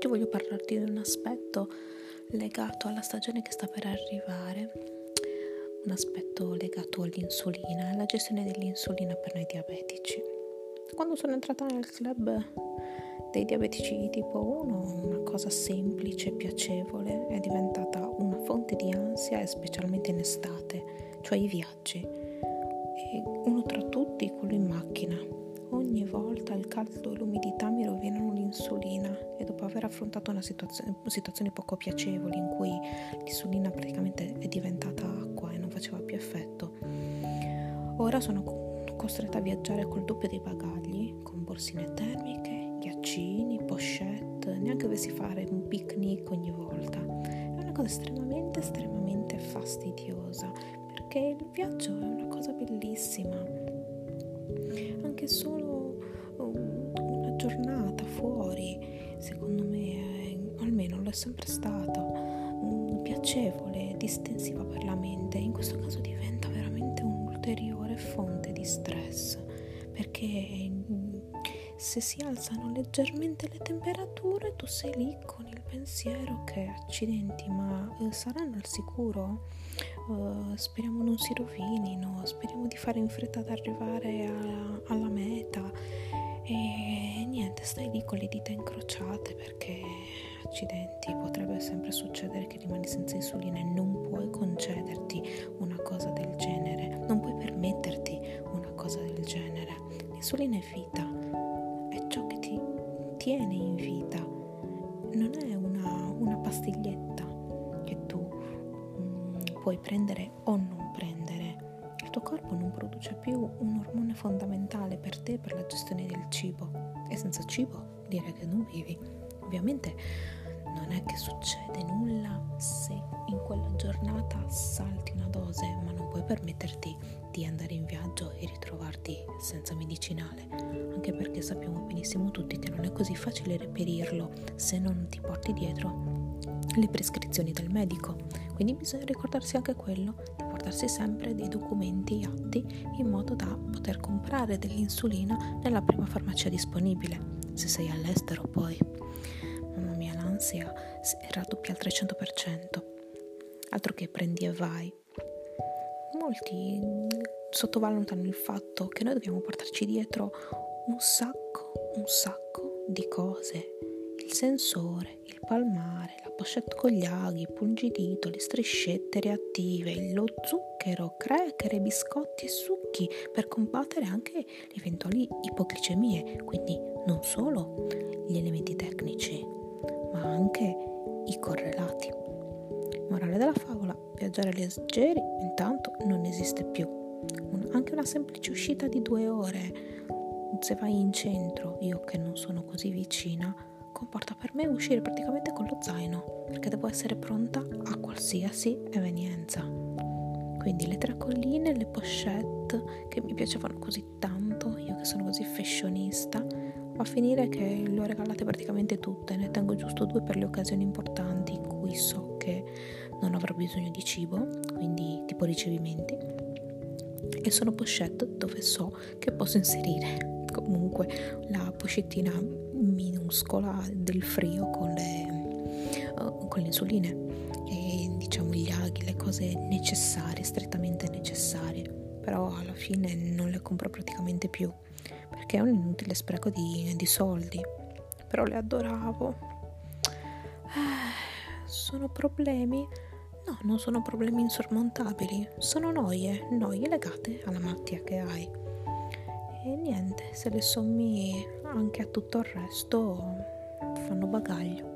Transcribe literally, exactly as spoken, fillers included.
Oggi voglio parlarti di un aspetto legato alla stagione che sta per arrivare, un aspetto legato all'insulina e alla gestione dell'insulina per noi diabetici. Quando sono entrata nel club dei diabetici tipo uno, una cosa semplice e piacevole è diventata una fonte di ansia, e specialmente in estate, cioè i viaggi. E uno tra tutti, quello in macchina. Ogni volta il caldo e l'umidità mi rovinano l'insulina e dopo aver affrontato una situazione, situazioni poco piacevoli in cui l'insulina praticamente è diventata acqua e non faceva più effetto, ora sono costretta a viaggiare col doppio dei bagagli, con borsine termiche, ghiaccini, pochette, neanche dovessi fare un picnic ogni volta. È una cosa estremamente, estremamente fastidiosa, perché il viaggio è una cosa bellissima. Anche solo una giornata fuori, secondo me, è, almeno lo è sempre stata, piacevole, distensiva per la mente. In questo caso diventa veramente un'ulteriore fonte di stress, perché se si alzano leggermente le temperature tu sei lì con il pensiero che accidenti, ma eh, saranno al sicuro? Uh, speriamo non si rovinino, speriamo di fare in fretta ad arrivare a, alla meta e niente, stai lì con le dita incrociate perché accidenti, potrebbe sempre succedere che rimani senza insulina e non puoi concederti una cosa del genere, non puoi permetterti una cosa del genere. L'insulina è vita, è ciò che ti tiene in vita, non è una, una pastiglietta che tu puoi prendere o non prendere. Il tuo corpo non produce più un ormone fondamentale per te, per la gestione del cibo, e senza cibo direi che non vivi. Ovviamente non è che succede nulla se in quella giornata salti una dose, ma non puoi permetterti di andare in viaggio e ritrovarti senza medicinale, anche perché sappiamo benissimo tutti che non è così facile reperirlo se non ti porti dietro le prescrizioni del medico. Quindi bisogna ricordarsi anche quello, di portarsi sempre dei documenti atti in modo da poter comprare dell'insulina nella prima farmacia disponibile. Se sei all'estero poi, mamma mia, l'ansia raddoppia al trecento per cento, altro che prendi e vai. Molti sottovalutano il fatto che noi dobbiamo portarci dietro un sacco, un sacco di cose. Il sensore, il palmare, la pochette con gli aghi, i pungidito, le striscette reattive, lo zucchero, cracker, biscotti e succhi per combattere anche le eventuali ipoglicemie, quindi non solo gli elementi tecnici, ma anche i correlati. Morale della favola: viaggiare leggeri intanto non esiste più. Un, anche una semplice uscita di due ore, se vai in centro, io che non sono così vicina, comporta per me uscire praticamente con lo zaino, perché devo essere pronta a qualsiasi evenienza. Quindi le tracolline, le pochette che mi piacevano così tanto, io che sono così fashionista, va a finire che le ho regalate praticamente tutte, ne tengo giusto due per le occasioni importanti in cui so che non avrò bisogno di cibo, quindi tipo ricevimenti, e sono pochette dove so che posso inserire comunque la pochettina minuscola del frio con le, uh, con le insuline e diciamo gli aghi, le cose necessarie, strettamente necessarie, però alla fine non le compro praticamente più perché è un inutile spreco di, di soldi, però le adoravo. Eh, sono problemi? No, non sono problemi insormontabili, sono noie, noie legate alla malattia che hai. E niente, se le sommi anche a tutto il resto fanno bagaglio.